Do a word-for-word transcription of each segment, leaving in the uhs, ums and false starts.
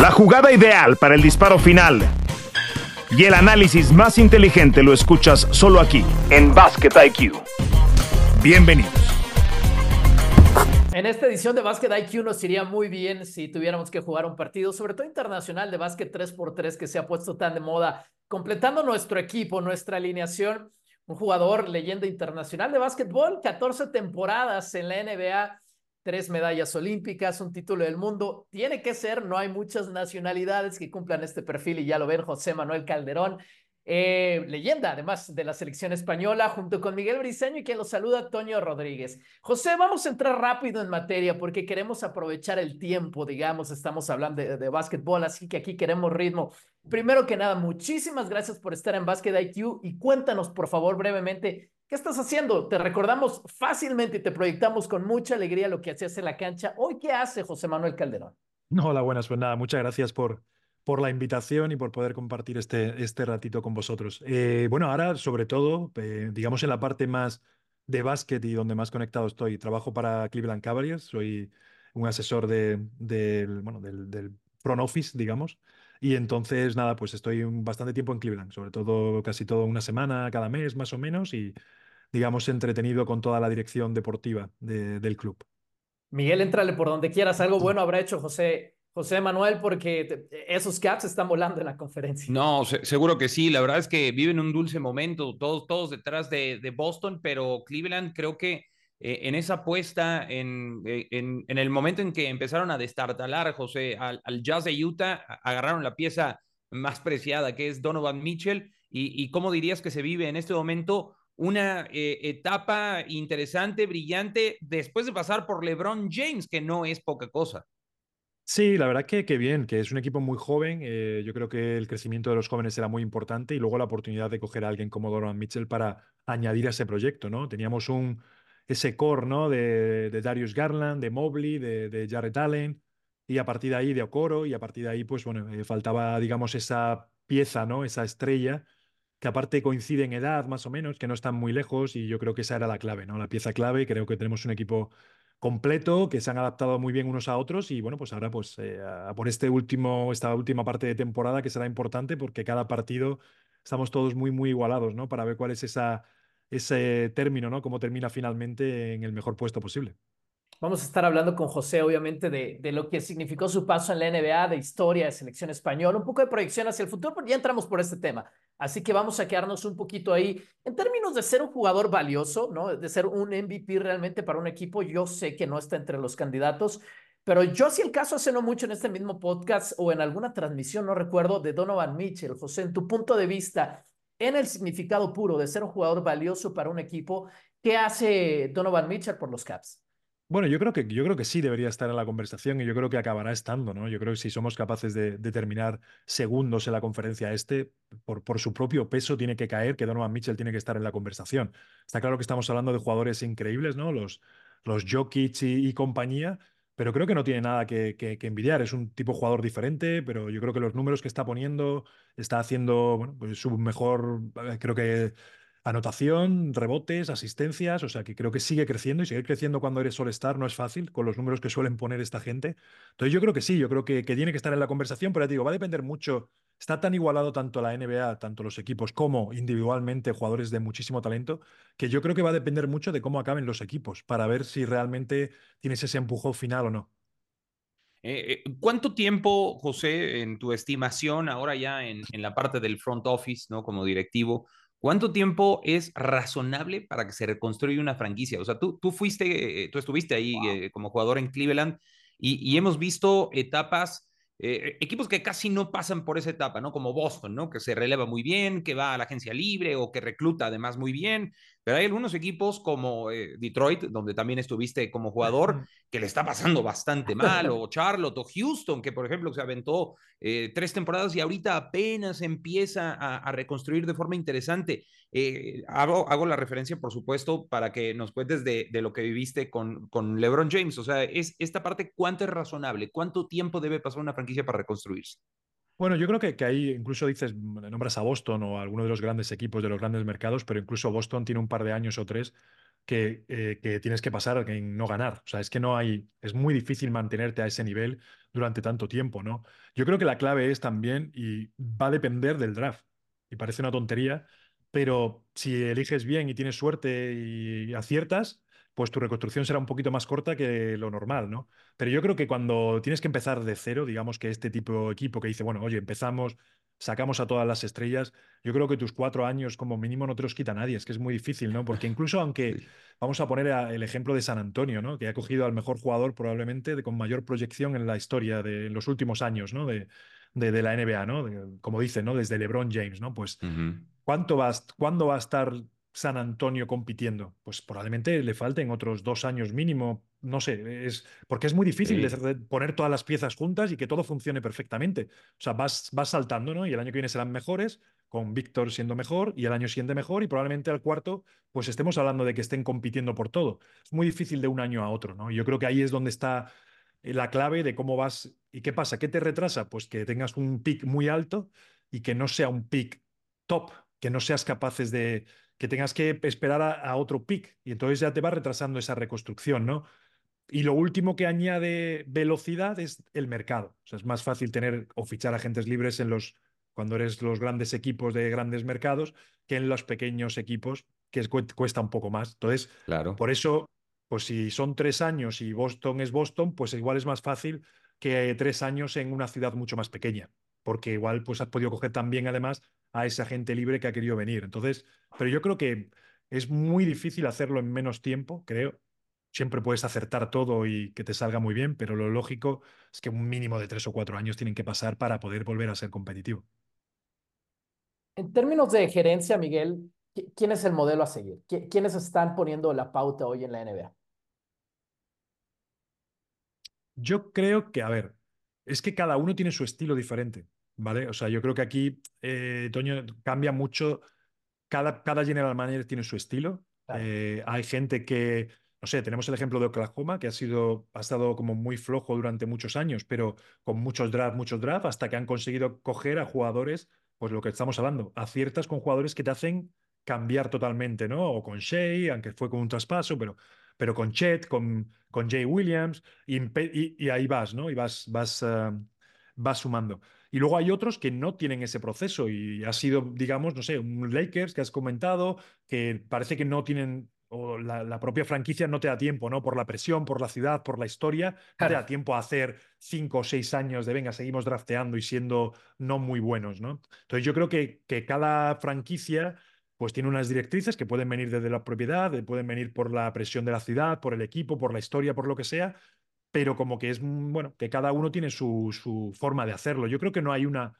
La jugada ideal para el disparo final y el análisis más inteligente lo escuchas solo aquí, en Basket I Q. Bienvenidos. En esta edición de Basket I Q nos iría muy bien si tuviéramos que jugar un partido, sobre todo internacional de básquet tres por tres que se ha puesto tan de moda, completando nuestro equipo, nuestra alineación, un jugador leyenda internacional de básquetbol, catorce temporadas en la N B A, tres medallas olímpicas, un título del mundo. Tiene que ser, no hay muchas nacionalidades que cumplan este perfil y ya lo ven, José Manuel Calderón. Eh, leyenda además de la selección española, junto con Miguel Briceño y quien los saluda, Toño Rodríguez. José, vamos a entrar rápido en materia porque queremos aprovechar el tiempo, digamos, estamos hablando de, de básquetbol, así que aquí queremos ritmo. Primero que nada, muchísimas gracias por estar en Basket I Q y cuéntanos, por favor, brevemente, ¿qué estás haciendo? Te recordamos fácilmente y te proyectamos con mucha alegría lo que hacías en la cancha. Hoy, ¿qué hace José Manuel Calderón? Hola, buenas, pues nada, muchas gracias por, por la invitación y por poder compartir este, este ratito con vosotros. Eh, bueno, ahora, sobre todo, eh, digamos en la parte más de básquet y donde más conectado estoy, trabajo para Cleveland Cavaliers, soy un asesor de, del, bueno, del, del front office, digamos, y entonces, nada, pues estoy un- bastante tiempo en Cleveland, sobre todo casi todo una semana cada mes, más o menos, y digamos entretenido con toda la dirección deportiva de- del club. Miguel, entrale por donde quieras. Algo bueno habrá hecho José, José Manuel porque te, esos caps están volando en la conferencia. No, se- seguro que sí. La verdad es que viven un dulce momento, todos, todos detrás de, de Boston, pero Cleveland creo que eh, en esa apuesta, en, eh, en, en el momento en que empezaron a destartalar, José, al, al Jazz de Utah, a- agarraron la pieza más preciada, que es Donovan Mitchell, y, y cómo dirías que se vive en este momento una eh, etapa interesante, brillante, después de pasar por LeBron James, que no es poca cosa. Sí, la verdad que, que bien, que es un equipo muy joven. Eh, yo creo que el crecimiento de los jóvenes era muy importante y luego la oportunidad de coger a alguien como Donovan Mitchell para añadir a ese proyecto, ¿no? Teníamos un, ese core, ¿no? De, de Darius Garland, de Mobley, de, de Jarrett Allen y a partir de ahí de Okoro y a partir de ahí, pues bueno, eh, faltaba, digamos, esa pieza, ¿no? Esa estrella que aparte coincide en edad más o menos, que no están muy lejos y yo creo que esa era la clave, ¿no? La pieza clave. Creo que tenemos un equipo completo, que se han adaptado muy bien unos a otros y bueno, pues ahora pues eh, a por este último, esta última parte de temporada que será importante porque cada partido estamos todos muy, muy igualados, ¿no? Para ver cuál es esa, ese término, ¿no? Cómo termina finalmente en el mejor puesto posible. Vamos a estar hablando con José, obviamente, de, de lo que significó su paso en la N B A, de historia, de selección española, un poco de proyección hacia el futuro, pero ya entramos por este tema. Así que vamos a quedarnos un poquito ahí. En términos de ser un jugador valioso, ¿no? De ser un M V P realmente para un equipo, yo sé que no está entre los candidatos, pero yo hacía el caso hace no mucho en este mismo podcast o en alguna transmisión, no recuerdo, de Donovan Mitchell. José, en tu punto de vista, en el significado puro de ser un jugador valioso para un equipo, ¿qué hace Donovan Mitchell por los Caps? Bueno, yo creo que, yo creo que sí debería estar en la conversación y yo creo que acabará estando, ¿no? Yo creo que si somos capaces de, de terminar segundos en la conferencia este, por, por su propio peso tiene que caer, que Donovan Mitchell tiene que estar en la conversación. Está claro que estamos hablando de jugadores increíbles, ¿no? Los, los Jokic y, y compañía, pero creo que no tiene nada que, que, que envidiar. Es un tipo de jugador diferente, pero yo creo que los números que está poniendo, está haciendo, bueno, pues su mejor, eh, creo que anotación, rebotes, asistencias, o sea que creo que sigue creciendo y seguir creciendo cuando eres All-Star no es fácil con los números que suelen poner esta gente. Entonces yo creo que sí, yo creo que, que tiene que estar en la conversación, pero ya te digo, va a depender mucho. Está tan igualado tanto la N B A, tanto los equipos como individualmente jugadores de muchísimo talento, que yo creo que va a depender mucho de cómo acaben los equipos para ver si realmente tienes ese empujón final o no. Eh, eh, ¿Cuánto tiempo, José, en tu estimación, ahora ya en, en la parte del front office, ¿no? Como directivo, cuánto tiempo es razonable para que se reconstruya una franquicia? O sea, tú, tú fuiste, eh, tú estuviste ahí eh, como jugador en Cleveland y, y hemos visto etapas, eh, equipos que casi no pasan por esa etapa, ¿no? Como Boston, ¿no? Que se releva muy bien, que va a la agencia libre o que recluta además muy bien. Pero hay algunos equipos como eh, Detroit, donde también estuviste como jugador, que le está pasando bastante mal, o Charlotte, o Houston, que por ejemplo se aventó eh, tres temporadas y ahorita apenas empieza a, a reconstruir de forma interesante. Eh, hago, hago la referencia, por supuesto, para que nos cuentes de, de lo que viviste con, con LeBron James. O sea, es esta parte, ¿cuánto es razonable? ¿Cuánto tiempo debe pasar una franquicia para reconstruirse? Bueno, yo creo que, que ahí incluso dices, nombras a Boston o a alguno de los grandes equipos de los grandes mercados, pero incluso Boston tiene un par de años o tres que, eh, que tienes que pasar en no ganar. O sea, es que no hay, es muy difícil mantenerte a ese nivel durante tanto tiempo, ¿no? Yo creo que la clave es también, y va a depender del draft, y parece una tontería, pero si eliges bien y tienes suerte y aciertas, pues tu reconstrucción será un poquito más corta que lo normal, ¿no? Pero yo creo que cuando tienes que empezar de cero, digamos que este tipo de equipo que dice, bueno, oye, empezamos, sacamos a todas las estrellas, yo creo que tus cuatro años como mínimo no te los quita nadie, es que es muy difícil, ¿no? Porque incluso aunque Sí, vamos a poner a- el ejemplo de San Antonio, ¿no? Que ha cogido al mejor jugador probablemente de- con mayor proyección en la historia de en los últimos años, ¿no? De, de, de la N B A, ¿no? De- como dicen, ¿no? Desde LeBron James, ¿no? Pues ujú, ¿cuánto va, a est- ¿cuándo va a estar San Antonio compitiendo? Pues probablemente le falten otros dos años mínimo. No sé, es porque es muy difícil de, sí, de poner todas las piezas juntas y que todo funcione perfectamente. O sea, vas, vas saltando, ¿no? Y el año que viene serán mejores, con Víctor siendo mejor, y el año siguiente mejor, y probablemente al cuarto, pues estemos hablando de que estén compitiendo por todo. Es muy difícil de un año a otro, ¿no? Yo creo que ahí es donde está eh, la clave de cómo vas y qué pasa. ¿Qué te retrasa? Pues que tengas un pick muy alto y que no sea un pick top, que no seas capaces de, que tengas que esperar a, a otro pick y entonces ya te va retrasando esa reconstrucción, ¿no? Y lo último que añade velocidad es el mercado. O sea, es más fácil tener o fichar agentes libres en los, cuando eres los grandes equipos de grandes mercados que en los pequeños equipos, que es- cuesta un poco más. Entonces, claro. por eso, pues si son tres años y Boston es Boston, pues igual es más fácil que tres años en una ciudad mucho más pequeña, porque igual pues has podido coger también además a ese agente libre que ha querido venir. Entonces, pero yo creo que es muy difícil hacerlo en menos tiempo, creo. Siempre puedes acertar todo y que te salga muy bien, pero lo lógico es que un mínimo de tres o cuatro años tienen que pasar para poder volver a ser competitivo. En términos de gerencia, Miguel, ¿qui- ¿quién es el modelo a seguir? ¿Qui- ¿Quiénes están poniendo la pauta hoy en la N B A? Yo creo que, a ver, es que cada uno tiene su estilo diferente, ¿vale? O sea, yo creo que aquí, eh, Toño, cambia mucho. Cada, cada general manager tiene su estilo. Claro. Eh, hay gente que, no sé, tenemos el ejemplo de Oklahoma, que ha sido, ha estado como muy flojo durante muchos años, pero con muchos draft, muchos draft, hasta que han conseguido coger a jugadores, pues lo que estamos hablando, aciertas con jugadores que te hacen cambiar totalmente, ¿no? O con Shea, aunque fue con un traspaso, pero, pero con Chet, con, con Jay Williams, y, empe- y- y ahí vas, ¿no? Y vas, vas, eh, vas sumando. Y luego hay otros que no tienen ese proceso y ha sido, digamos, no sé, un Lakers que has comentado, que parece que no tienen, o la, la propia franquicia no te da tiempo, ¿no? Por la presión, por la ciudad, por la historia, no te da Claro. tiempo a hacer cinco o seis años de, venga, seguimos drafteando y siendo no muy buenos, ¿no? Entonces yo creo que, que cada franquicia pues tiene unas directrices que pueden venir desde la propiedad, eh, pueden venir por la presión de la ciudad, por el equipo, por la historia, por lo que sea, pero como que es, mm, bueno, que cada uno tiene su, su forma de hacerlo. Yo creo que no hay una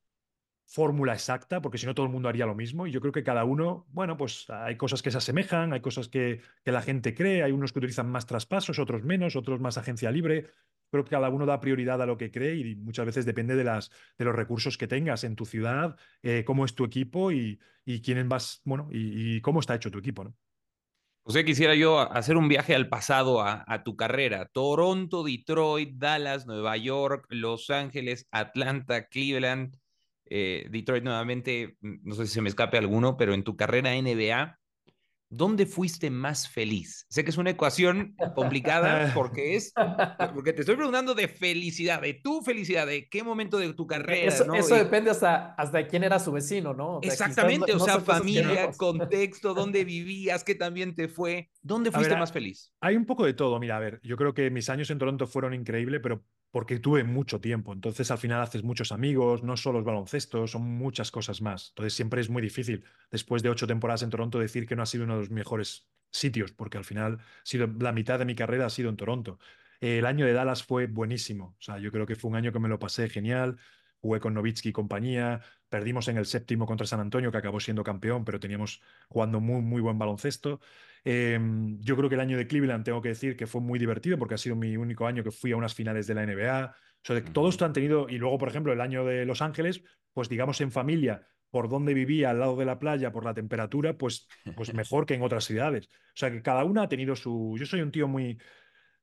fórmula exacta, porque si no todo el mundo haría lo mismo, y yo creo que cada uno, bueno, pues hay cosas que se asemejan, hay cosas que, que la gente cree, hay unos que utilizan más traspasos, otros menos, otros más agencia libre. Creo que cada uno da prioridad a lo que cree y muchas veces depende de, las, de los recursos que tengas en tu ciudad, eh, cómo es tu equipo y, y quién vas, bueno, y, y cómo está hecho tu equipo, ¿no? José, quisiera yo hacer un viaje al pasado a, a tu carrera. Toronto, Detroit, Dallas, Nueva York, Los Ángeles, Atlanta, Cleveland, eh, Detroit nuevamente, no sé si se me escape alguno, pero en tu carrera N B A, ¿dónde fuiste más feliz? Sé que es una ecuación complicada porque es, porque te estoy preguntando de felicidad, de tu felicidad, de qué momento de tu E- carrera, Eso, ¿no? eso Eh, depende hasta, hasta de quién era su vecino, ¿no? O sea, quizás no, exactamente, o no sea, son cosas que familia, vemos. contexto, dónde vivías, qué también te fue, ¿dónde A ver, fuiste a- más feliz? hay un poco de todo. Mira, a ver, yo creo que mis años en Toronto fueron increíbles, pero porque tuve mucho tiempo. Entonces, al final haces muchos amigos, no solo es baloncesto, son muchas cosas más. Entonces, siempre es muy difícil, después de ocho temporadas en Toronto, decir que no ha sido uno de los mejores sitios, porque al final ha sido, la mitad de mi carrera ha sido en Toronto. Eh, el año de Dallas fue buenísimo. O sea, yo creo que fue un año que me lo pasé genial. Jugué con Nowitzki y compañía. Perdimos en el séptimo contra San Antonio, que acabó siendo campeón, pero teníamos jugando muy, muy buen baloncesto. Eh, yo creo que el año de Cleveland tengo que decir que fue muy divertido porque ha sido mi único año que fui a unas finales de la N B A. O sea, de que todo Ujú. esto han tenido, y luego, por ejemplo, el año de Los Ángeles, pues digamos en familia, por donde vivía, al lado de la playa, por la temperatura, pues, pues mejor que en otras ciudades. O sea, que cada una ha tenido su... Yo soy un tío muy,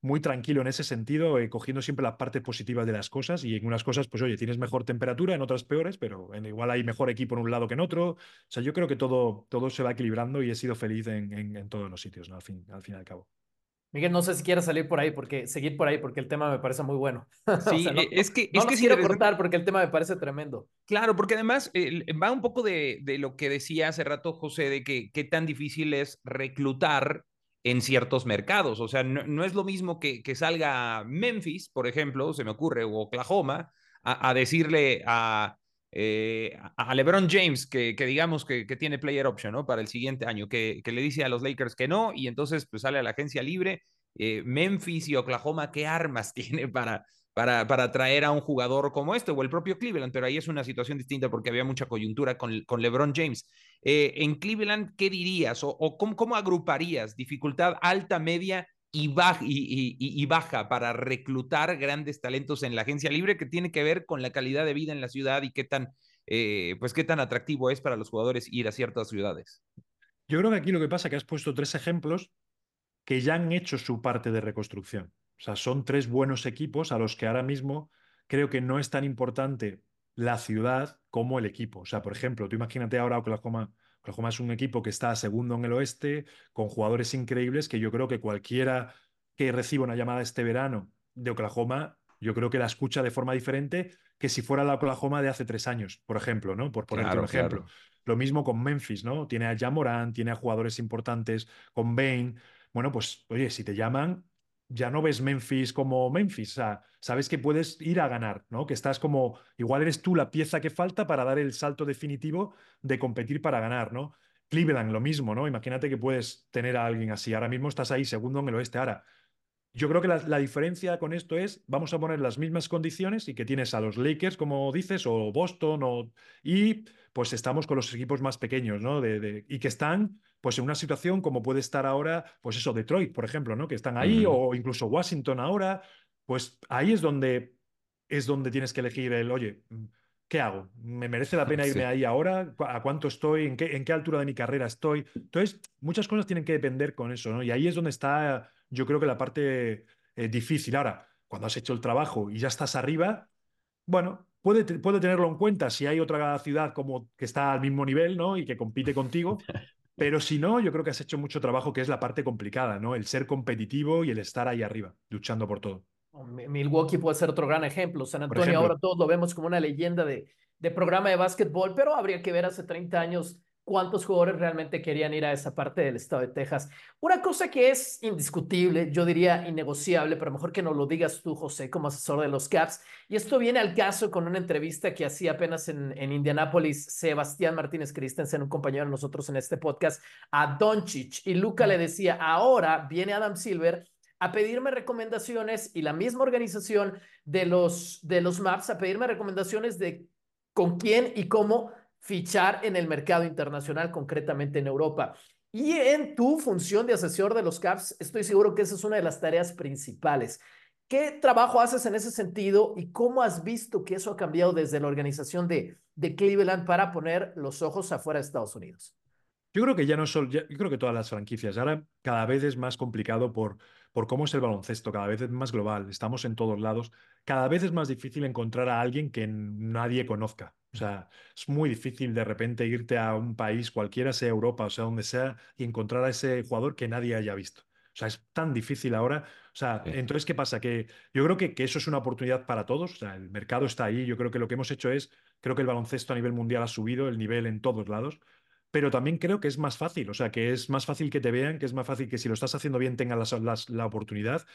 muy tranquilo en ese sentido, eh, cogiendo siempre las partes positivas de las cosas y en unas cosas, pues oye, tienes mejor temperatura, en otras peores, pero en, igual hay mejor equipo en un lado que en otro. O sea, yo creo que todo, todo se va equilibrando y he sido feliz en, en, en todos los sitios, ¿no? Al fin, al fin y al cabo. Miguel, no sé si quieres salir por ahí, porque seguir por ahí, porque el tema me parece muy bueno. O Sí, sea, no, e- es que, no es que nos es quiero interesante. cortar porque el tema me parece tremendo. Claro, porque además eh, va un poco de, de lo que decía hace rato José, de que qué tan difícil es reclutar en ciertos mercados. O sea, no, no es lo mismo que, que salga Memphis, por ejemplo, se me ocurre, o Oklahoma, a, a decirle a, eh, a LeBron James que, que digamos que, que, tiene player option, ¿no? Para el siguiente año, que, que le dice a los Lakers que no, y entonces pues sale a la agencia libre. Eh, Memphis y Oklahoma, ¿qué armas tiene para, para, para traer a un jugador como este o el propio Cleveland? Pero ahí es una situación distinta porque había mucha coyuntura con, con LeBron James. Eh, en Cleveland, ¿qué dirías o, o cómo, cómo, agruparías dificultad alta, media y baja, y, y, y baja para reclutar grandes talentos en la agencia libre, que tiene que ver con la calidad de vida en la ciudad y qué tan, eh, pues qué tan atractivo es para los jugadores ir a ciertas ciudades? Yo creo que aquí lo que pasa es que has puesto tres ejemplos que ya han hecho su parte de reconstrucción. O sea, son tres buenos equipos a los que ahora mismo creo que no es tan importante la ciudad como el equipo. O sea, por ejemplo, tú imagínate ahora Oklahoma. Oklahoma es un equipo que está segundo en el oeste, con jugadores increíbles que yo creo que cualquiera que reciba una llamada este verano de Oklahoma, yo creo que la escucha de forma diferente que si fuera la Oklahoma de hace tres años, por ejemplo, ¿no? Por ponerte un Claro, ejemplo. claro. Lo mismo con Memphis, ¿no? Tiene a Ja Morant, tiene a jugadores importantes, con Bane. Bueno, pues oye, si te llaman, ya no ves Memphis como Memphis. O sea, sabes que puedes ir a ganar, ¿no? Que estás como, igual eres tú la pieza que falta para dar el salto definitivo de competir para ganar, ¿no? Cleveland, lo mismo, ¿no? Imagínate que puedes tener a alguien así. Ahora mismo estás ahí segundo en el oeste. Ahora, yo creo que la, la diferencia con esto es, vamos a poner las mismas condiciones y que tienes a los Lakers, como dices, o Boston, o, y pues estamos con los equipos más pequeños, ¿no? De, de- y que están pues en una situación como puede estar ahora, pues eso, Detroit, por ejemplo, ¿no? Que están Uh ahí, -huh. o incluso Washington ahora, pues ahí es donde, es donde tienes que elegir el, oye, ¿qué hago? ¿Me merece la pena irme Sí. ahí ahora? ¿A cuánto estoy? ¿En qué, en qué altura de mi carrera estoy? Entonces, muchas cosas tienen que depender con eso, ¿no? Y ahí es donde está, yo creo que la parte eh, difícil. Ahora, cuando has hecho el trabajo y ya estás arriba, bueno, puede, te- puede tenerlo en cuenta si hay otra ciudad como que está al mismo nivel, ¿no? Y que compite contigo. Pero si no, yo creo que has hecho mucho trabajo, que es la parte complicada, ¿no? El ser competitivo y el estar ahí arriba, luchando por todo. Milwaukee puede ser otro gran ejemplo. San Por Antonio ahora ejemplo, todos lo vemos como una leyenda de, de programa de básquetbol, pero habría que ver hace treinta años cuántos jugadores realmente querían ir a esa parte del estado de Texas. Una cosa que es indiscutible, yo diría innegociable, pero mejor que nos lo digas tú, José, como asesor de los Caps, y esto viene al caso con una entrevista que hacía apenas en, en Indianápolis Sebastián Martínez Christensen, un compañero de nosotros en este podcast, a Doncic, y Luca le decía, ahora viene Adam Silver a pedirme recomendaciones y la misma organización de los, de los Maps a pedirme recomendaciones de con quién y cómo fichar en el mercado internacional, concretamente en Europa. Y en tu función de asesor de los Caps, estoy seguro que esa es una de las tareas principales. ¿Qué trabajo haces en ese sentido y cómo has visto que eso ha cambiado desde la organización de, de Cleveland para poner los ojos afuera de Estados Unidos? yo creo que ya no solo, ya- yo creo que todas las franquicias. Ahora cada vez es más complicado por, por cómo es el baloncesto, cada vez es más global, estamos en todos lados. Cada vez es más difícil encontrar a alguien que nadie conozca. O sea, es muy difícil de repente irte a un país, cualquiera sea Europa, o sea, donde sea, y encontrar a ese jugador que nadie haya visto. O sea, es tan difícil ahora. O sea, Sí. entonces, ¿qué pasa? Que yo creo que, que eso es una oportunidad para todos. O sea, el mercado está ahí. Yo creo que lo que hemos hecho es, creo que el baloncesto a nivel mundial ha subido el nivel en todos lados, pero también creo que es más fácil, o sea, que es más fácil que te vean, que es más fácil que si lo estás haciendo bien tengan las- las- la oportunidad,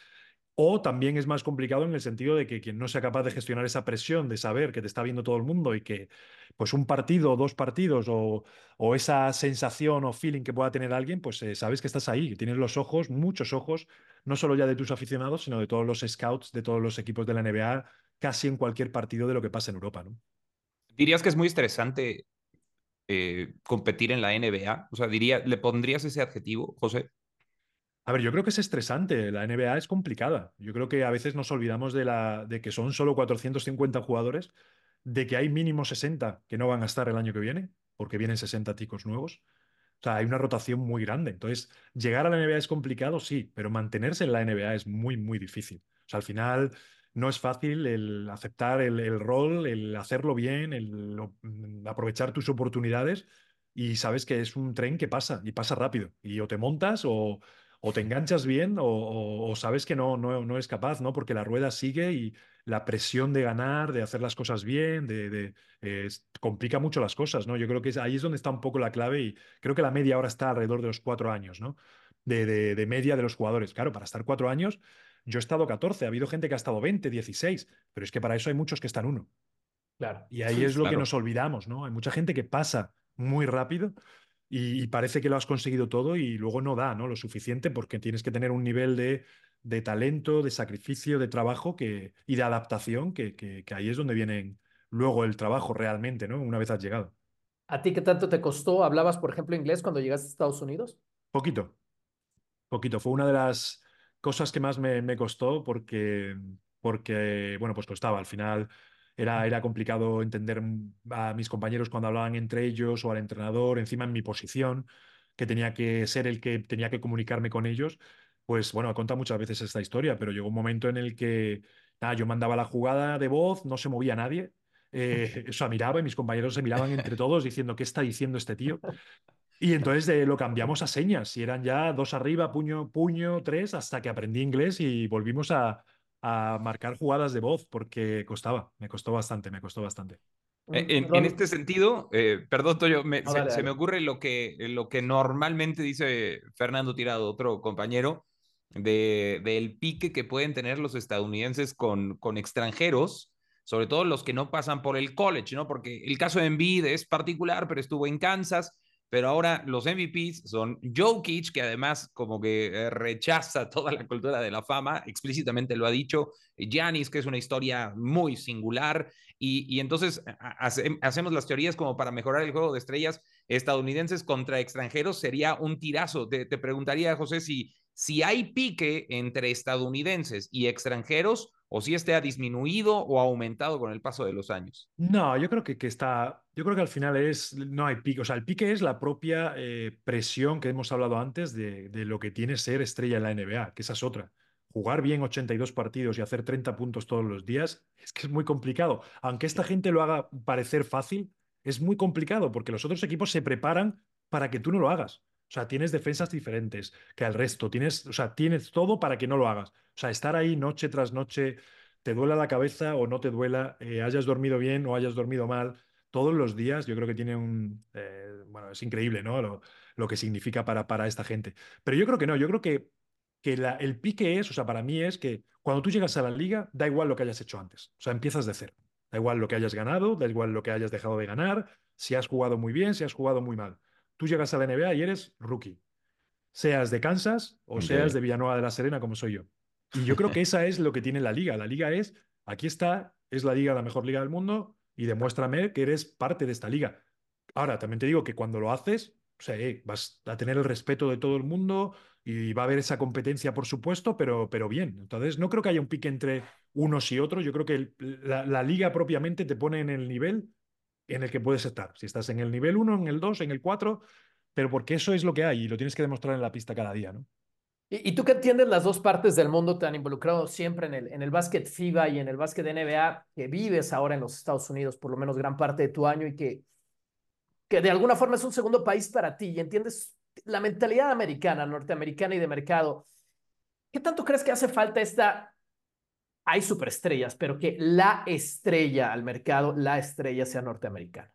o también es más complicado en el sentido de que quien no sea capaz de gestionar esa presión de saber que te está viendo todo el mundo y que pues un partido o dos partidos o, o esa sensación o feeling que pueda tener alguien, pues eh, sabes que estás ahí, que tienes los ojos, muchos ojos, no solo ya de tus aficionados, sino de todos los scouts, de todos los equipos de la N B A, casi en cualquier partido de lo que pasa en Europa, ¿no? ¿Dirías que es muy estresante eh, competir en la N B A? O sea, diría, ¿le pondrías ese adjetivo, José? A ver, yo creo que es estresante. La N B A es complicada. Yo creo que a veces nos olvidamos de, la, de que son solo cuatrocientos cincuenta jugadores, de que hay mínimo sesenta que no van a estar el año que viene, porque vienen sesenta ticos nuevos, O sea, hay una rotación muy grande. Entonces, llegar a la N B A es complicado, sí, pero mantenerse en la N B A es muy, muy difícil. O sea, al final no es fácil el aceptar el, el rol, el hacerlo bien, el lo- mm, aprovechar tus oportunidades y sabes que es un tren que pasa y pasa rápido. Y o te montas o, o te enganchas bien o, o- o sabes que no, no, no es capaz, ¿no? Porque la rueda sigue y la presión de ganar, de hacer las cosas bien, de, de- eh, es- complica mucho las cosas, ¿no? Yo creo que es- ahí es donde está un poco la clave y creo que la media ahora está alrededor de los cuatro años, ¿no? De, de, de media de los jugadores. Claro, para estar cuatro años, yo he estado catorce, ha habido gente que ha estado veinte, dieciséis, pero es que para eso hay muchos que están uno. Claro. Y ahí Sí, es lo que Claro. nos olvidamos, ¿no? Hay mucha gente que pasa muy rápido y, y parece que lo has conseguido todo y luego no da, ¿no? Lo suficiente porque tienes que tener un nivel de, de talento, de sacrificio, de trabajo que, y de adaptación que, que, que ahí es donde viene luego el trabajo realmente, ¿no? Una vez has llegado. ¿A ti qué tanto te costó? ¿Hablabas, por ejemplo, inglés cuando llegaste a Estados Unidos? Poquito. Poquito, fue una de las cosas que más me, me costó porque, porque, bueno, pues costaba. Al final era, era complicado entender a mis compañeros cuando hablaban entre ellos o al entrenador, encima en mi posición, que tenía que ser el que tenía que comunicarme con ellos. Pues bueno, he contado muchas veces esta historia, pero llegó un momento en el que nada, yo mandaba la jugada de voz, no se movía nadie. Eh, o sea, miraba y mis compañeros se miraban entre todos diciendo, ¿qué está diciendo este tío? Y entonces eh, lo cambiamos a señas y eran ya dos arriba, puño, puño, tres, hasta que aprendí inglés y volvimos a, a marcar jugadas de voz porque costaba, me costó bastante, me costó bastante. Eh, Mm, En, en Ron- este sentido, eh, perdón, Toyo, me- no, se, dale, se me dale. ocurre lo que, lo que normalmente dice Fernando Tirado, otro compañero, de, del pique que pueden tener los estadounidenses con, con extranjeros, sobre todo los que no pasan por el college, ¿no? Porque el caso de Embiid es particular, pero estuvo en Kansas, pero ahora los M V Ps son Jokic, que además como que eh, rechaza toda la cultura de la fama, explícitamente lo ha dicho, Giannis, que es una historia muy singular, y, y entonces hace, hacemos las teorías como para mejorar el juego de estrellas estadounidenses contra extranjeros, sería un tirazo. Te, te preguntaría, José, si, si hay pique entre estadounidenses y extranjeros o si este ha disminuido o aumentado con el paso de los años. No, yo creo que, que está, yo creo que al final es, no hay pique, o sea, el pique es la propia eh, presión que hemos hablado antes de, de lo que tiene ser estrella en la N B A, que esa es otra. Jugar bien ochenta y dos partidos y hacer treinta puntos todos los días es que es muy complicado. Aunque esta gente lo haga parecer fácil, es muy complicado porque los otros equipos se preparan para que tú no lo hagas. O sea, tienes defensas diferentes que al resto, tienes, o sea, tienes todo para que no lo hagas. O sea, estar ahí noche tras noche te duela la cabeza o no te duela, eh, hayas dormido bien o hayas dormido mal, todos los días yo creo que tiene un... eh, bueno, es increíble, ¿no? Lo, lo que significa para, para esta gente. Pero yo creo que no, yo creo que, que la- el pique es, o sea, para mí es que cuando tú llegas a la liga, da igual lo que hayas hecho antes, o sea, empiezas de cero. Da igual lo que hayas ganado, da igual lo que hayas dejado de ganar, si has jugado muy bien, si has jugado muy mal. Tú llegas a la N B A y eres rookie, seas de Kansas o seas Okay. de Villanueva de la Serena, como soy yo. Y yo creo que esa es lo que tiene la liga. La liga es, aquí está, es la liga, la mejor liga del mundo, y demuéstrame que eres parte de esta liga. Ahora, también te digo que cuando lo haces, o sea, eh, vas a tener el respeto de todo el mundo y va a haber esa competencia, por supuesto, pero, pero bien. Entonces, no creo que haya un pique entre unos y otros. Yo creo que el- la, la liga propiamente te pone en el nivel en el que puedes estar. Si estás en el nivel uno, en el dos, en el cuatro, pero porque eso es lo que hay y lo tienes que demostrar en la pista cada día, ¿no? ¿Y, y tú que entiendes las dos partes del mundo, te han involucrado siempre en el, en el básquet FIBA y en el básquet N B A, que vives ahora en los Estados Unidos por lo menos gran parte de tu año y que, que de alguna forma es un segundo país para ti y entiendes la mentalidad americana, norteamericana y de mercado? ¿Qué tanto crees que hace falta esta? Hay superestrellas, pero que la estrella al mercado, la estrella sea norteamericana.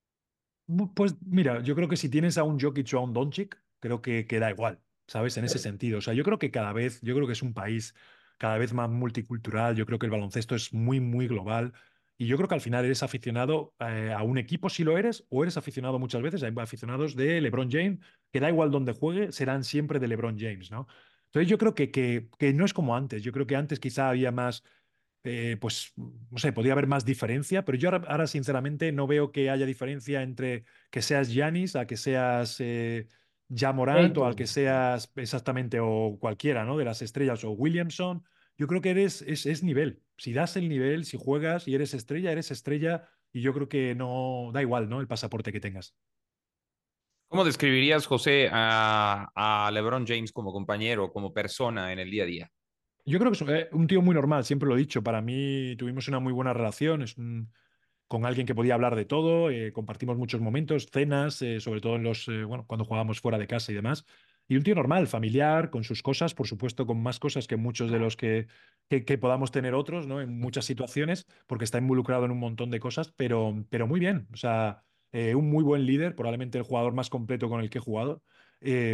Bu- Pues mira, yo creo que si tienes a un Jokic o a un Doncic, creo que, que da igual, ¿sabes? En ese Sí. sentido. O sea, yo creo que cada vez, yo creo que es un país cada vez más multicultural, yo creo que el baloncesto es muy, muy global y yo creo que al final eres aficionado eh, a un equipo si lo eres o eres aficionado muchas veces, hay aficionados de LeBron James, que da igual donde juegue, serán siempre de LeBron James, ¿no? Entonces yo creo que, que, que no es como antes, yo creo que antes quizá había más eh, pues, no sé, podría haber más diferencia, pero yo ahora, ahora, sinceramente no veo que haya diferencia entre que seas Giannis a que seas eh, Ja Morant o al que Tatum. seas exactamente o cualquiera, ¿no? De las estrellas o Williamson. Yo creo que eres, es, es nivel. Si das el nivel, si juegas y eres estrella, eres estrella y yo creo que no da igual, ¿no? El pasaporte que tengas. ¿Cómo describirías, José, a, a LeBron James como compañero, como persona en el día a día? Yo creo que es eh, un tío muy normal, siempre lo he dicho. Para mí tuvimos una muy buena relación. Es un, con alguien que podía hablar de todo, eh, compartimos muchos momentos, cenas, eh, sobre todo en los, eh, bueno, cuando jugábamos fuera de casa y demás. Y un tío normal, familiar, con sus cosas, por supuesto, con más cosas que muchos de los que, que, que podamos tener otros, ¿no? En muchas situaciones, porque está involucrado en un montón de cosas, pero, pero muy bien. O sea, eh, un muy buen líder, probablemente el jugador más completo con el que he jugado. eh,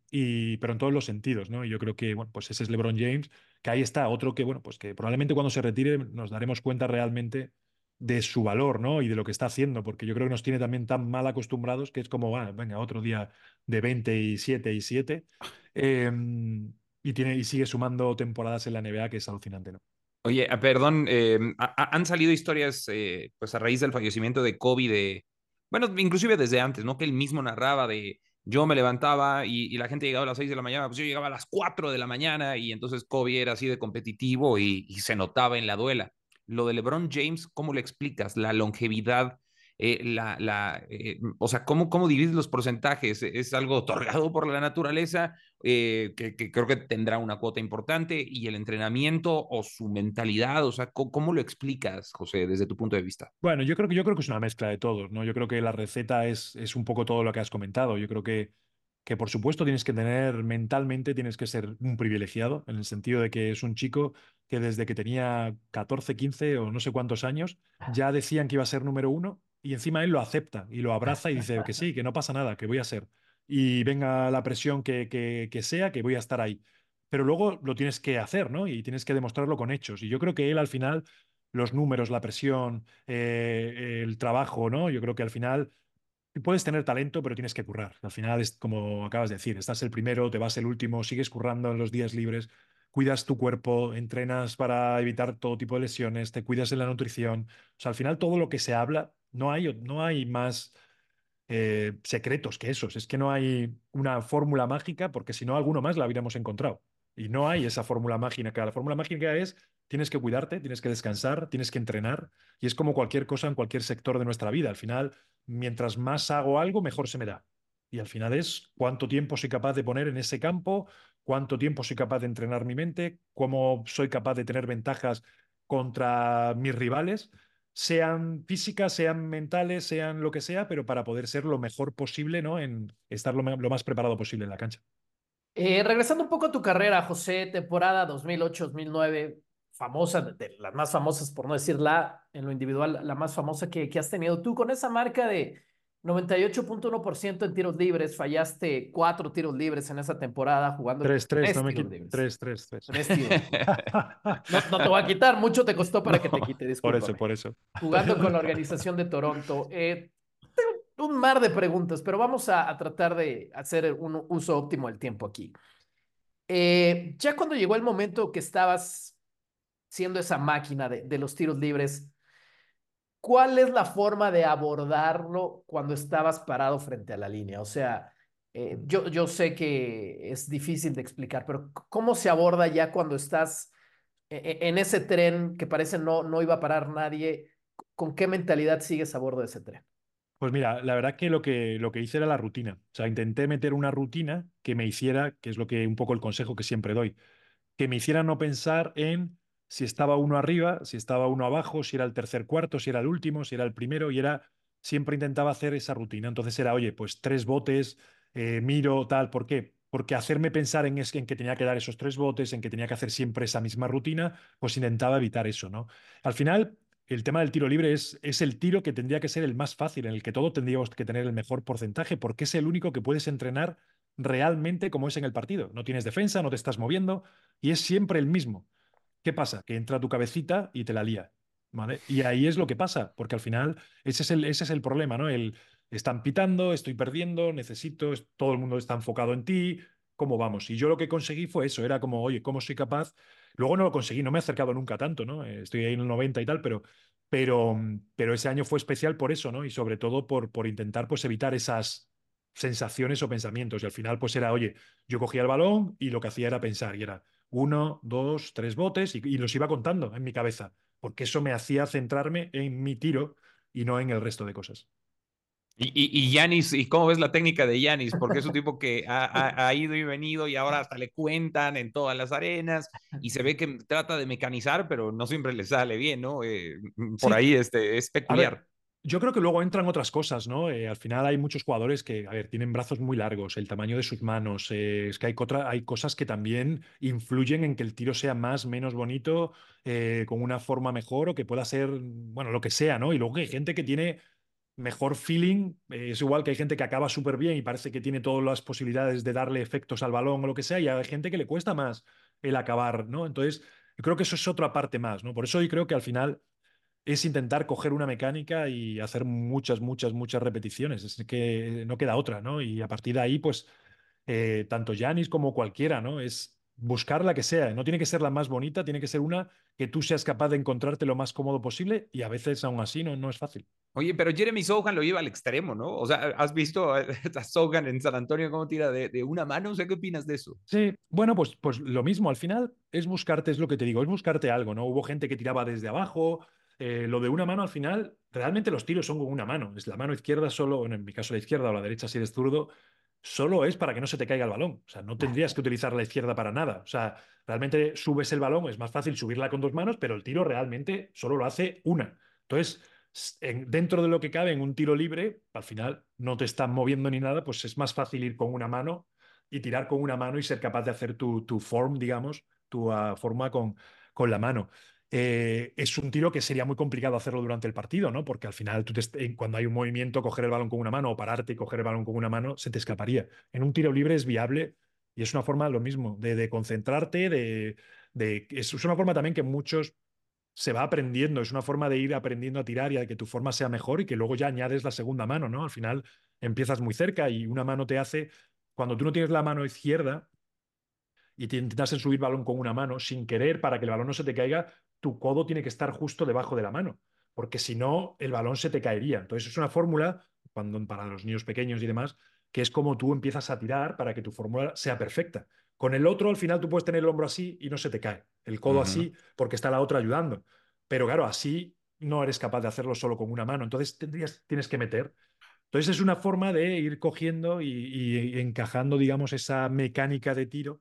y, pero en todos los sentidos, ¿no? Y yo creo que, bueno, pues ese es LeBron James, que ahí está, otro que, bueno, pues que probablemente cuando se retire nos daremos cuenta realmente de su valor, ¿no? Y de lo que está haciendo, porque yo creo que nos tiene también tan mal acostumbrados que es como, ah, venga, otro día de veintisiete y siete eh, y, tiene, y sigue sumando temporadas en la N B A, que es alucinante, ¿no? Oye, ah, perdón, eh, ha- ha- han salido historias, eh, pues a raíz del fallecimiento de Kobe, de, bueno, inclusive desde antes, ¿no? Que él mismo narraba de, yo me levantaba y, y la gente llegaba a las seis de la mañana, pues yo llegaba a las cuatro de la mañana y entonces Kobe era así de competitivo y, y se notaba en la duela. Lo de LeBron James, ¿cómo le explicas? La longevidad, eh, la, la, eh, o sea, ¿cómo, cómo divides los porcentajes? ¿Es algo otorgado por la naturaleza? Eh, que, que, creo que tendrá una cuota importante, y el entrenamiento o su mentalidad, o sea, ¿cómo, cómo lo explicas, José, desde tu punto de vista? Bueno, yo creo que, yo creo que es una mezcla de todos, ¿no? Yo creo que la receta es, es un poco todo lo que has comentado. Yo creo que, que, por supuesto, tienes que tener mentalmente, tienes que ser un privilegiado, en el sentido de que es un chico que desde que tenía catorce, quince o no sé cuántos años, ya decían que iba a ser número uno y encima él lo acepta y lo abraza y dice que sí, que no pasa nada, que voy a ser. Y venga la presión que, que, que sea, que voy a estar ahí. Pero luego lo tienes que hacer, ¿no? Y tienes que demostrarlo con hechos. Y yo creo que él al final los números, la presión, eh, el trabajo, ¿no? Yo creo que al final puedes tener talento, pero tienes que currar. Al final es como acabas de decir, estás el primero, te vas el último, sigues currando en los días libres, cuidas tu cuerpo, entrenas para evitar todo tipo de lesiones, te cuidas en la nutrición. O sea, al final todo lo que se habla, no hay, no hay más eh, secretos que esos. Es que no hay una fórmula mágica, porque si no, alguno más la hubiéramos encontrado. Y no hay esa fórmula mágica. La fórmula mágica es, tienes que cuidarte, tienes que descansar, tienes que entrenar. Y es como cualquier cosa en cualquier sector de nuestra vida. Al final, mientras más hago algo, mejor se me da. Y al final es cuánto tiempo soy capaz de poner en ese campo, cuánto tiempo soy capaz de entrenar mi mente, cómo soy capaz de tener ventajas contra mis rivales, sean físicas, sean mentales, sean lo que sea, pero para poder ser lo mejor posible, ¿no? En estar lo, lo más preparado posible en la cancha. Eh, regresando un poco a tu carrera, José, temporada dos mil ocho dos mil nueve, famosa, de las más famosas, por no decir la, en lo individual, la más famosa que, que has tenido tú, con esa marca de noventa y ocho punto uno por ciento en tiros libres, fallaste cuatro tiros libres en esa temporada, jugando Tres, tres, no tres me tiros quito. libres. Tres, tres, tres. Tres tiros libres. No, no te voy a quitar, mucho te costó para que te No, quite, por eso, discúlpame. por eso. Jugando con la organización de Toronto. Eh, tengo un mar de preguntas, pero vamos a, a tratar de hacer un uso óptimo del tiempo aquí. Eh, ya cuando llegó el momento que estabas siendo esa máquina de, de los tiros libres, ¿cuál es la forma de abordarlo cuando estabas parado frente a la línea? O sea, eh, yo, yo sé que es difícil de explicar, pero ¿cómo se aborda ya cuando estás e- e- en ese tren que parece no, no iba a parar nadie? ¿Con qué mentalidad sigues a bordo de ese tren? Pues mira, la verdad que lo que lo que hice era la rutina. O sea, intenté meter una rutina que me hiciera, que es lo que un poco el consejo que siempre doy, que me hiciera no pensar en si estaba uno arriba, si estaba uno abajo, si era el tercer cuarto, si era el último, si era el primero, y era, siempre intentaba hacer esa rutina. Entonces era, oye, pues tres botes, eh, miro, tal, ¿por qué? Porque hacerme pensar en, es, en que tenía que dar esos tres botes, en que tenía que hacer siempre esa misma rutina, pues intentaba evitar eso, ¿no? Al final, el tema del tiro libre es, es el tiro que tendría que ser el más fácil, en el que todos tendríamos que tener el mejor porcentaje, porque es el único que puedes entrenar realmente como es en el partido. No tienes defensa, no te estás moviendo y es siempre el mismo. ¿Qué pasa? Que entra tu cabecita y te la lía, ¿vale? Y ahí es lo que pasa, porque al final ese es el, ese es el problema, ¿no? El están pitando, estoy perdiendo, necesito, es- todo el mundo está enfocado en ti, ¿cómo vamos? Y yo lo que conseguí fue eso, era como, oye, ¿cómo soy capaz? Luego no lo conseguí, no me he acercado nunca tanto, ¿no? Eh, Estoy ahí en el noventa y tal, pero, pero, pero ese año fue especial por eso, ¿no? Y sobre todo por, por intentar, pues, evitar esas sensaciones o pensamientos. Y al final, pues era, oye, yo cogía el balón y lo que hacía era pensar, y era uno, dos, tres botes y, y los iba contando en mi cabeza, porque eso me hacía centrarme en mi tiro y no en el resto de cosas. Y, y, y Giannis, ¿y cómo ves la técnica de Giannis? Porque es un tipo que ha, ha, ha, ido y venido y ahora hasta le cuentan en todas las arenas y se ve que trata de mecanizar, pero no siempre le sale bien, ¿no? Eh, por Sí, ahí este, es a peculiar. ver, yo creo que luego entran otras cosas, ¿no? Eh, al final hay muchos jugadores que, a ver, tienen brazos muy largos, el tamaño de sus manos, eh, es que hay, cotra- hay cosas que también influyen en que el tiro sea más, menos bonito, eh, con una forma mejor o que pueda ser, bueno, lo que sea, ¿no? Y luego hay gente que tiene mejor feeling, eh, es igual que hay gente que acaba súper bien y parece que tiene todas las posibilidades de darle efectos al balón o lo que sea, y hay gente que le cuesta más el acabar, ¿no? Entonces, yo creo que eso es otra parte más, ¿no? Por eso yo creo que al final es intentar coger una mecánica y hacer muchas, muchas, muchas repeticiones. Es que no queda otra, ¿no? Y a partir de ahí, pues, eh, tanto Yanis como cualquiera, ¿no? Es buscar la que sea. No tiene que ser la más bonita, tiene que ser una que tú seas capaz de encontrarte lo más cómodo posible y a veces aún así no, no es fácil. Oye, pero Jeremy Sohan lo lleva al extremo, ¿no? O sea, ¿has visto a, a Sohan en San Antonio cómo tira de, de una mano? O sea, ¿qué opinas de eso? Sí, bueno, pues, pues lo mismo, al final es buscarte, es lo que te digo, es buscarte algo, ¿no? Hubo gente que tiraba desde abajo, eh, lo de una mano al final, realmente los tiros son con una mano, es la mano izquierda solo, bueno, en mi caso la izquierda o la derecha si eres zurdo, solo es para que no se te caiga el balón, o sea, no tendrías que utilizar la izquierda para nada, o sea, realmente subes el balón, es más fácil subirla con dos manos, pero el tiro realmente solo lo hace una. Entonces, s- en- dentro de lo que cabe en un tiro libre, al final no te están moviendo ni nada, pues es más fácil ir con una mano y tirar con una mano y ser capaz de hacer tu, tu form, digamos, tu uh, forma con, con la mano. Eh, es un tiro que sería muy complicado hacerlo durante el partido, ¿no? Porque al final tú te, cuando hay un movimiento, coger el balón con una mano o pararte y coger el balón con una mano, se te escaparía. En un tiro libre es viable y es una forma, lo mismo, de, de concentrarte, de, de, es, es una forma también que muchos se va aprendiendo, es una forma de ir aprendiendo a tirar y a que tu forma sea mejor y que luego ya añades la segunda mano, ¿no? Al final empiezas muy cerca y una mano te hace, cuando tú no tienes la mano izquierda y te intentas en subir balón con una mano, sin querer, para que el balón no se te caiga, tu codo tiene que estar justo debajo de la mano, porque si no, el balón se te caería. Entonces es una fórmula, cuando para los niños pequeños y demás, que es como tú empiezas a tirar para que tu fórmula sea perfecta. Con el otro, al final, tú puedes tener el hombro así y no se te cae, el codo Ujú. así, porque está la otra ayudando. Pero claro, así no eres capaz de hacerlo solo con una mano. Entonces tendrías, tienes que meter. Entonces es una forma de ir cogiendo y, y encajando, digamos, esa mecánica de tiro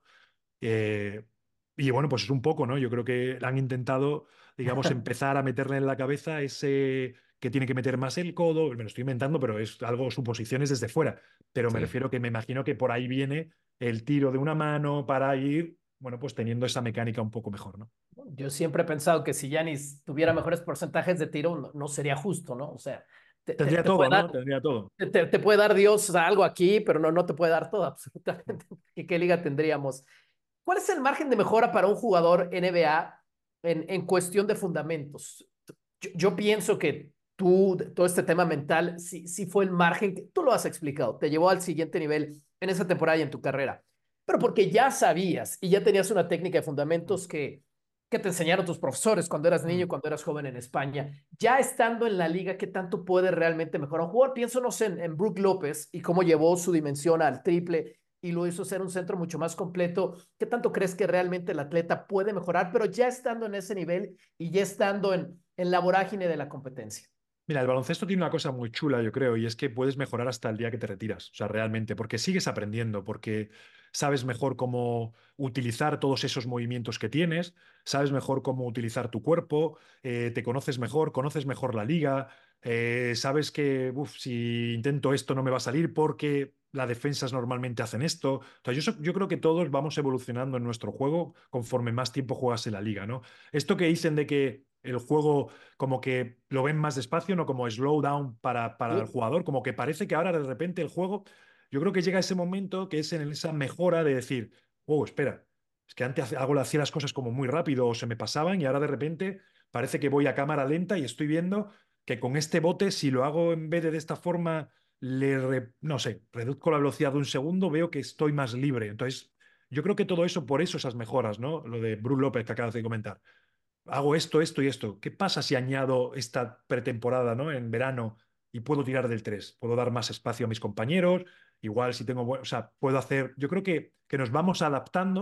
eh, y bueno, pues es un poco, ¿no? Yo creo que han intentado, digamos, empezar a meterle en la cabeza ese que tiene que meter más el codo. Me lo estoy inventando, pero es algo, suposiciones desde fuera. Pero me Sí. refiero que me imagino que por ahí viene el tiro de una mano para ir, bueno, pues teniendo esa mecánica un poco mejor, ¿no? Yo siempre he pensado que si Giannis tuviera mejores porcentajes de tiro, no, no sería justo, ¿no? O sea, te, te, Tendría te puede todo, dar, ¿no? Tendría todo. te, te- te puede dar Dios algo aquí, pero no, no te puede dar todo, absolutamente. ¿Qué, qué liga tendríamos? ¿Cuál es el margen de mejora para un jugador N B A en, en cuestión de fundamentos? Yo, yo pienso que tú, todo este tema mental, sí, sí fue el margen que tú lo has explicado, te llevó al siguiente nivel en esa temporada y en tu carrera, pero porque ya sabías y ya tenías una técnica de Mm, fundamentos que, que te enseñaron tus profesores cuando eras mm. niño, cuando eras joven en España, ya estando en la liga, ¿qué tanto puede realmente mejorar un jugador? Pienso, no sé, en, en Brook López y cómo llevó su dimensión al triple y lo hizo ser un centro mucho más completo. ¿Qué tanto crees que realmente el atleta puede mejorar, pero ya estando en ese nivel y ya estando en, en la vorágine de la competencia? Mira, el baloncesto tiene una cosa muy chula, yo creo, y es que puedes mejorar hasta el día que te retiras, o sea, realmente, porque sigues aprendiendo, porque sabes mejor cómo utilizar todos esos movimientos que tienes, sabes mejor cómo utilizar tu cuerpo, eh, te conoces mejor, conoces mejor la liga, eh, sabes que, uf, si intento esto no me va a salir porque las defensas normalmente hacen esto. Entonces, yo, so- yo creo que todos vamos evolucionando en nuestro juego conforme más tiempo juegas en la liga, ¿no? Esto que dicen de que el juego como que lo ven más despacio, ¿no? Como slow down para, para el Sí. jugador, como que parece que ahora de repente el juego, yo creo que llega ese momento que es en esa mejora de decir, oh, espera, es que antes hago, hacía las cosas como muy rápido o se me pasaban y ahora de repente parece que voy a cámara lenta y estoy viendo que con este bote, si lo hago en vez de de esta forma, le, re- no sé, reduzco la velocidad de un segundo, veo que estoy más libre. Entonces, yo creo que todo eso, por eso esas mejoras, ¿no? Lo de Brook López que acabas de comentar hago esto, esto y esto. ¿Qué pasa si añado esta pretemporada, ¿no? En verano y puedo tirar del tres? Puedo dar más espacio a mis compañeros. Igual si tengo, buen- o sea, puedo hacer, yo creo que, que nos vamos adaptando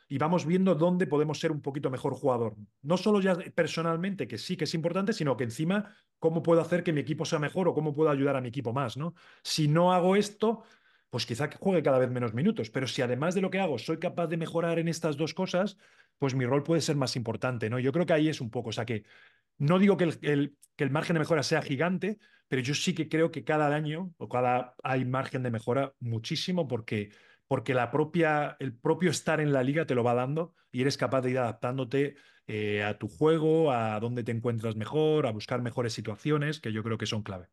y vamos viendo dónde podemos ser un poquito mejor jugador. No solo ya personalmente, que sí que es importante, sino que encima cómo puedo hacer que mi equipo sea mejor o cómo puedo ayudar a mi equipo más, ¿no? Si no hago esto, pues quizá que juegue cada vez menos minutos, pero si además de lo que hago soy capaz de mejorar en estas dos cosas, pues mi rol puede ser más importante, ¿no? Yo creo que ahí es un poco, o sea que no digo que el, el- que el margen de mejora sea gigante, pero yo sí que creo que cada año o cada hay margen de mejora muchísimo porque, porque la propia, el propio estar en la liga te lo va dando y eres capaz de ir adaptándote eh, a tu juego, a dónde te encuentras mejor, a buscar mejores situaciones, que yo creo que son clave.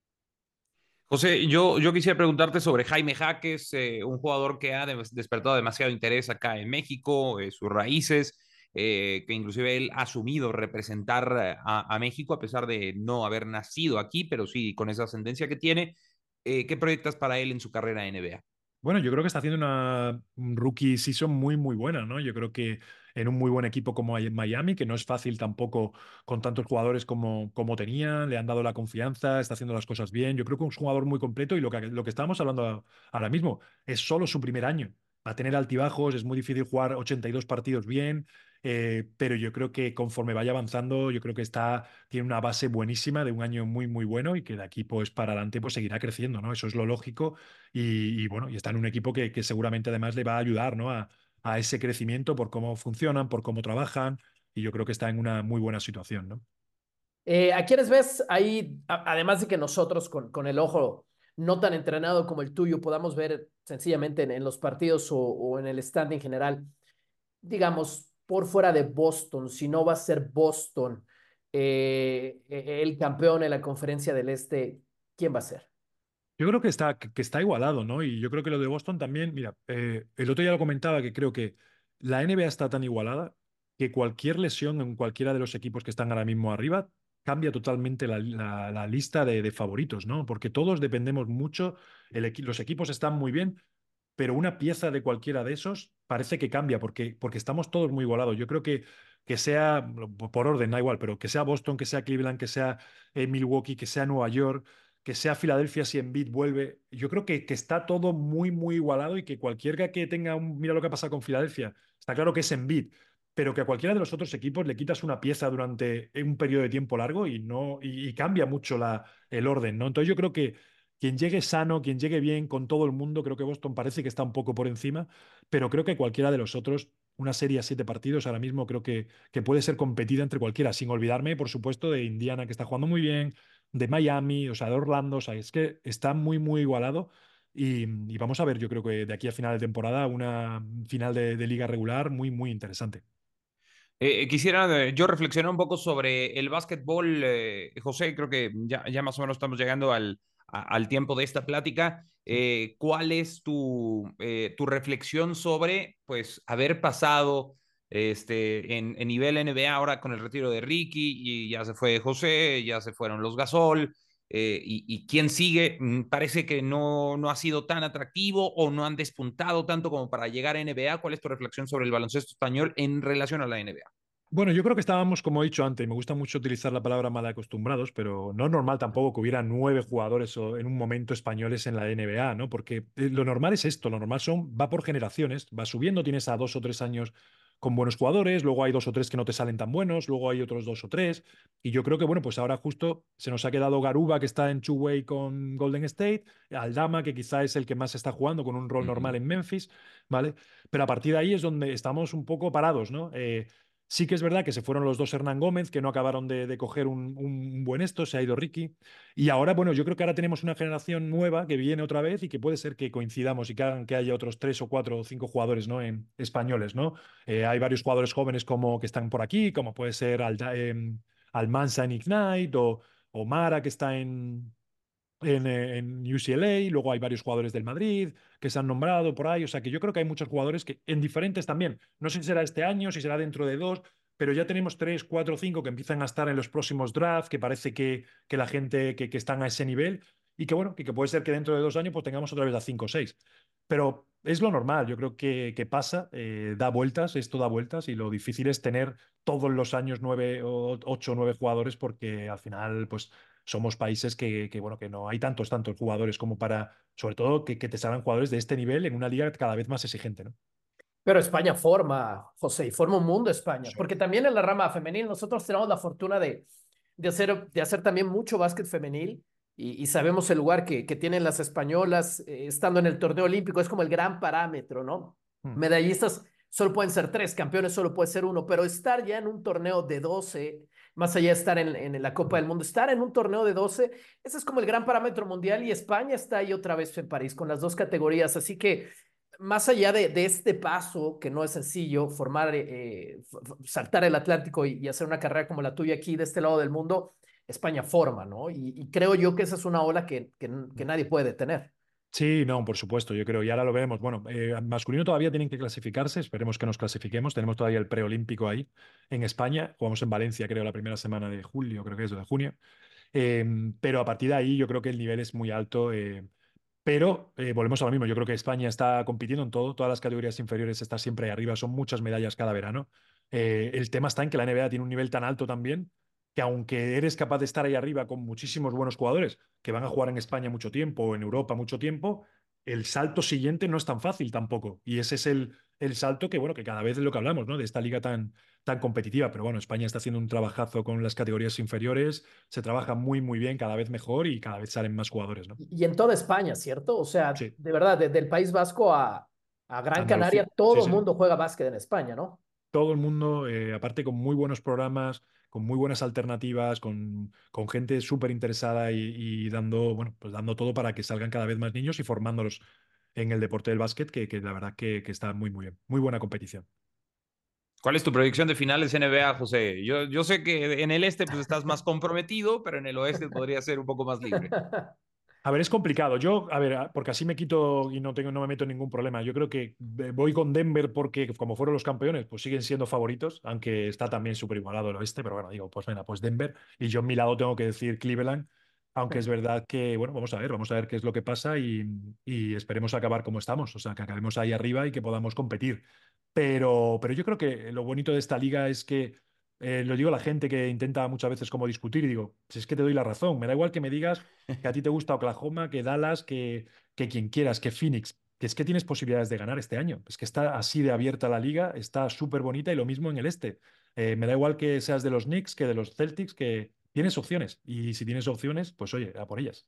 José, yo, yo quisiera preguntarte sobre Jaime Jaques, eh, un jugador que ha des- despertado demasiado interés acá en México, eh, sus raíces, eh, que inclusive él ha asumido representar eh, a, a México a pesar de no haber nacido aquí, pero sí con esa ascendencia que tiene. Eh, ¿qué proyectas para él en su carrera N B A? Bueno, yo creo que está haciendo una un rookie season muy, muy buena, ¿no? Yo creo que en un muy buen equipo como hay en Miami, que no es fácil tampoco con tantos jugadores como, como tenía, le han dado la confianza, está haciendo las cosas bien. Yo creo que es un jugador muy completo y lo que, lo que estábamos hablando ahora mismo es solo su primer año. Va a tener altibajos, es muy difícil jugar ochenta y dos partidos bien, eh, pero yo creo que conforme vaya avanzando, yo creo que está, tiene una base buenísima de un año muy, muy bueno y que de aquí pues para adelante pues seguirá creciendo, ¿no? Eso es lo lógico y, y, bueno, y está en un equipo que, que seguramente además le va a ayudar, ¿no? A, a ese crecimiento por cómo funcionan, por cómo trabajan, y yo creo que está en una muy buena situación, ¿no? Eh, ¿a quiénes ves ahí, a- además de que nosotros con, con el ojo no tan entrenado como el tuyo podamos ver sencillamente en, en los partidos o, o en el stand en general, digamos, por fuera de Boston, si no va a ser Boston eh, e- el campeón en la conferencia del Este, ¿quién va a ser? Yo creo que está, que está igualado, ¿no? Y yo creo que lo de Boston también, mira, eh, el otro día lo comentaba que creo que la N B A está tan igualada que cualquier lesión en cualquiera de los equipos que están ahora mismo arriba cambia totalmente la, la- la lista de, de favoritos, ¿no? Porque todos dependemos mucho, el equi- los equipos están muy bien, pero una pieza de cualquiera de esos parece que cambia porque, porque estamos todos muy igualados. Yo creo que, que sea, por orden, da igual, pero que sea Boston, que sea Cleveland, que sea eh, Milwaukee, que sea Nueva York, que sea Filadelfia si Embiid vuelve, yo creo que, que está todo muy, muy igualado y que cualquiera que tenga un, mira lo que ha pasado con Filadelfia, está claro que es Embiid, pero que a cualquiera de los otros equipos le quitas una pieza durante un periodo de tiempo largo y no y, y cambia mucho la, el orden, ¿no? Entonces yo creo que quien llegue sano, quien llegue bien con todo el mundo, creo que Boston parece que está un poco por encima, pero creo que cualquiera de los otros, una serie a siete partidos ahora mismo, creo que, que puede ser competida entre cualquiera, sin olvidarme, por supuesto, de Indiana, que está jugando muy bien, de Miami, o sea, de Orlando, o sea, es que está muy, muy igualado. Y, y vamos a ver, yo creo que de aquí a final de temporada, una final de, de liga regular muy, muy interesante. Eh, quisiera eh, yo reflexionar un poco sobre el básquetbol, eh, José, creo que ya, ya más o menos estamos llegando al, a- al tiempo de esta plática. Eh, ¿cuál es tu, eh, tu reflexión sobre, pues, haber pasado este, en, en nivel N B A ahora con el retiro de Ricky y ya se fue José, ya se fueron los Gasol, eh, y, y quién sigue? Mm, Parece que no, no ha sido tan atractivo o no han despuntado tanto como para llegar a N B A. ¿Cuál es tu reflexión sobre el baloncesto español en relación a la N B A? Bueno, yo creo que estábamos, como he dicho antes, y me gusta mucho utilizar la palabra mal acostumbrados, pero no es normal tampoco que hubiera nueve jugadores o en un momento españoles en la N B A, ¿no? Porque eh, lo normal es esto, lo normal son, va por generaciones, va subiendo, tienes a dos o tres años con buenos jugadores, luego hay dos o tres que no te salen tan buenos, luego hay otros dos o tres, y yo creo que, bueno, pues ahora justo se nos ha quedado Garuba, que está en two-way con Golden State, Aldama, que quizá es el que más está jugando con un rol Uh normal -huh. en Memphis, ¿vale? Pero a partir de ahí es donde estamos un poco parados, ¿no? Eh, Sí que es verdad que se fueron los dos Hernán Gómez, que no acabaron de, de coger un, un buen esto, se ha ido Ricky. Y ahora, bueno, yo creo que ahora tenemos una generación nueva que viene otra vez y que puede ser que coincidamos y que hagan que haya otros tres o cuatro o cinco jugadores, ¿no? En, españoles, ¿no? Eh, hay varios jugadores jóvenes como que están por aquí, como puede ser Alda, eh, Almansa en Ignite o, o Mara que está en, en, eh, en U C L A, luego hay varios jugadores del Madrid que se han nombrado por ahí, o sea que yo creo que hay muchos jugadores que en diferentes también, no sé si será este año, si será dentro de dos, pero ya tenemos tres, cuatro, cinco que empiezan a estar en los próximos drafts, que parece que, que la gente que, que están a ese nivel y que bueno, que, que puede ser que dentro de dos años pues tengamos otra vez a cinco o seis. Pero es lo normal, yo creo que, que pasa, eh, da vueltas, esto da vueltas y lo difícil es tener todos los años nueve o ocho o nueve jugadores porque al final pues somos países que, que, bueno, que no hay tantos, tantos jugadores como para, sobre todo, que, que te salgan jugadores de este nivel en una liga cada vez más exigente, ¿no? Pero España forma, José, y forma un mundo España, porque también en la rama femenil nosotros tenemos la fortuna de, de, hacer, de hacer también mucho básquet femenil y, y sabemos el lugar que, que tienen las españolas eh, estando en el torneo olímpico, es como el gran parámetro, ¿no? Mm. Medallistas solo pueden ser tres, campeones solo puede ser uno, pero estar ya en un torneo de doce, más allá de estar en, en la Copa del Mundo, estar en un torneo de doce, ese es como el gran parámetro mundial y España está ahí otra vez en París con las dos categorías, así que más allá de, de este paso, que no es sencillo, formar, eh, saltar el Atlántico y, y hacer una carrera como la tuya aquí de este lado del mundo, España forma, ¿no? Y, y creo yo que esa es una ola que, que, que nadie puede detener. Sí, no, por supuesto, yo creo, y ahora lo veremos. Bueno, eh, masculino todavía tienen que clasificarse, esperemos que nos clasifiquemos. Tenemos todavía el preolímpico ahí en España, jugamos en Valencia, creo, la primera semana de julio, creo que es de junio. Eh, pero a partir de ahí yo creo que el nivel es muy alto. Eh, pero eh, volvemos a lo mismo, yo creo que España está compitiendo en todo, todas las categorías inferiores está siempre ahí arriba, son muchas medallas cada verano. Eh, el tema está en que la N B A tiene un nivel tan alto también que aunque eres capaz de estar ahí arriba con muchísimos buenos jugadores que van a jugar en España mucho tiempo o en Europa mucho tiempo, el salto siguiente no es tan fácil tampoco. Y ese es el, el salto que, bueno, que cada vez es lo que hablamos, ¿no? De esta liga tan, tan competitiva. Pero bueno, España está haciendo un trabajazo con las categorías inferiores, se trabaja muy, muy bien, cada vez mejor y cada vez salen más jugadores, ¿no? Y en toda España, ¿cierto? O sea, Sí. de verdad, desde el País Vasco a, a Gran Andalucía. Canaria, todo Sí, el sí. mundo juega básquet en España, ¿no? Todo el mundo, eh, aparte con muy buenos programas, con muy buenas alternativas, con, con gente súper interesada y, y dando, bueno, pues dando todo para que salgan cada vez más niños y formándolos en el deporte del básquet, que, que la verdad que, que está muy, muy bien. Muy buena competición. ¿Cuál es tu predicción de finales N B A, José? Yo, yo sé que en el este pues estás más comprometido, pero en el oeste podría ser un poco más libre. A ver, es complicado. Yo, a ver, porque así me quito y no tengo, no me meto en ningún problema. Yo creo que voy con Denver porque, como fueron los campeones, pues siguen siendo favoritos, aunque está también súper igualado el oeste. Pero bueno, digo, pues venga, pues Denver. Y yo en mi lado tengo que decir Cleveland, aunque es verdad que, bueno, vamos a ver, vamos a ver qué es lo que pasa y, y esperemos acabar como estamos. O sea, que acabemos ahí arriba y que podamos competir. Pero, pero yo creo que lo bonito de esta liga es que eh, lo digo a la gente que intenta muchas veces como discutir y digo, si es que te doy la razón, me da igual que me digas que a ti te gusta Oklahoma, que Dallas, que, que quien quieras, que Phoenix, que es que tienes posibilidades de ganar este año. Es que está así de abierta la liga, está súper bonita y lo mismo en el este. Eh, me da igual que seas de los Knicks, que de los Celtics, que tienes opciones. Y si tienes opciones, pues oye, a por ellas.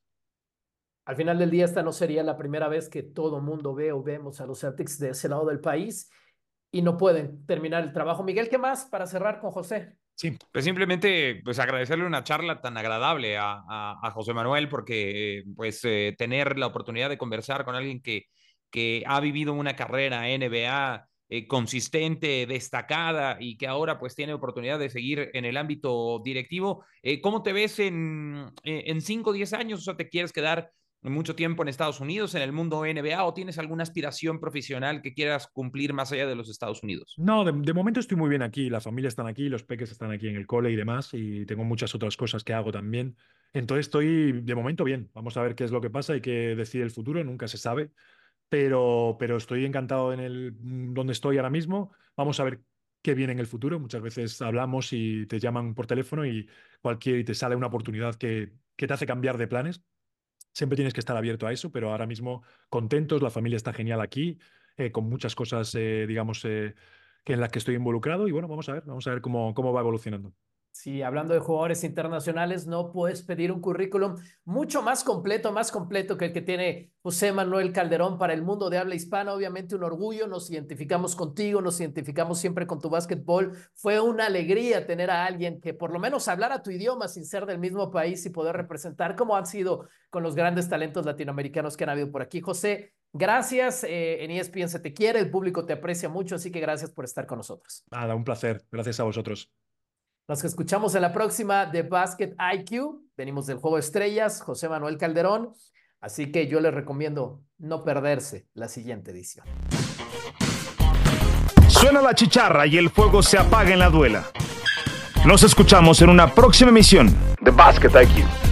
Al final del día, esta no sería la primera vez que todo mundo ve o vemos a los Celtics de ese lado del país y no pueden terminar el trabajo. Miguel, ¿qué más para cerrar con José? Sí, pues simplemente pues agradecerle una charla tan agradable a, a, a José Manuel porque pues eh, tener la oportunidad de conversar con alguien que, que ha vivido una carrera N B A eh, consistente, destacada y que ahora pues tiene oportunidad de seguir en el ámbito directivo. Eh, ¿Cómo te ves en, en cinco o diez años? O sea, ¿te quieres quedar mucho tiempo en Estados Unidos, en el mundo N B A, o tienes alguna aspiración profesional que quieras cumplir más allá de los Estados Unidos? No, de, de momento estoy muy bien aquí. La familia están aquí, los peques están aquí en el cole y demás, y tengo muchas otras cosas que hago también. Entonces estoy de momento bien. Vamos a ver qué es lo que pasa y qué decide el futuro, nunca se sabe. Pero, pero estoy encantado en el donde estoy ahora mismo. Vamos a ver qué viene en el futuro. Muchas veces hablamos y te llaman por teléfono y cualquier y te sale una oportunidad que, que te hace cambiar de planes. Siempre tienes que estar abierto a eso, pero ahora mismo contentos, la familia está genial aquí, eh, con muchas cosas, eh, digamos, eh, que en las que estoy involucrado y bueno, vamos a ver, vamos a ver cómo, cómo va evolucionando. Sí, hablando de jugadores internacionales, no puedes pedir un currículum mucho más completo, más completo que el que tiene José Manuel Calderón para el mundo de habla hispana. Obviamente un orgullo, nos identificamos contigo, nos identificamos siempre con tu básquetbol. Fue una alegría tener a alguien que por lo menos hablara tu idioma sin ser del mismo país y poder representar como han sido con los grandes talentos latinoamericanos que han habido por aquí. José, gracias. Eh, en E S P N se te quiere, el público te aprecia mucho, así que gracias por estar con nosotros. Nada, un placer. Gracias a vosotros. Nos escuchamos en la próxima de Basket I Q. Venimos del Juego de Estrellas, José Manuel Calderón. Así que yo les recomiendo no perderse la siguiente edición. Suena la chicharra y el fuego se apaga en la duela. Nos escuchamos en una próxima emisión de Basket I Q.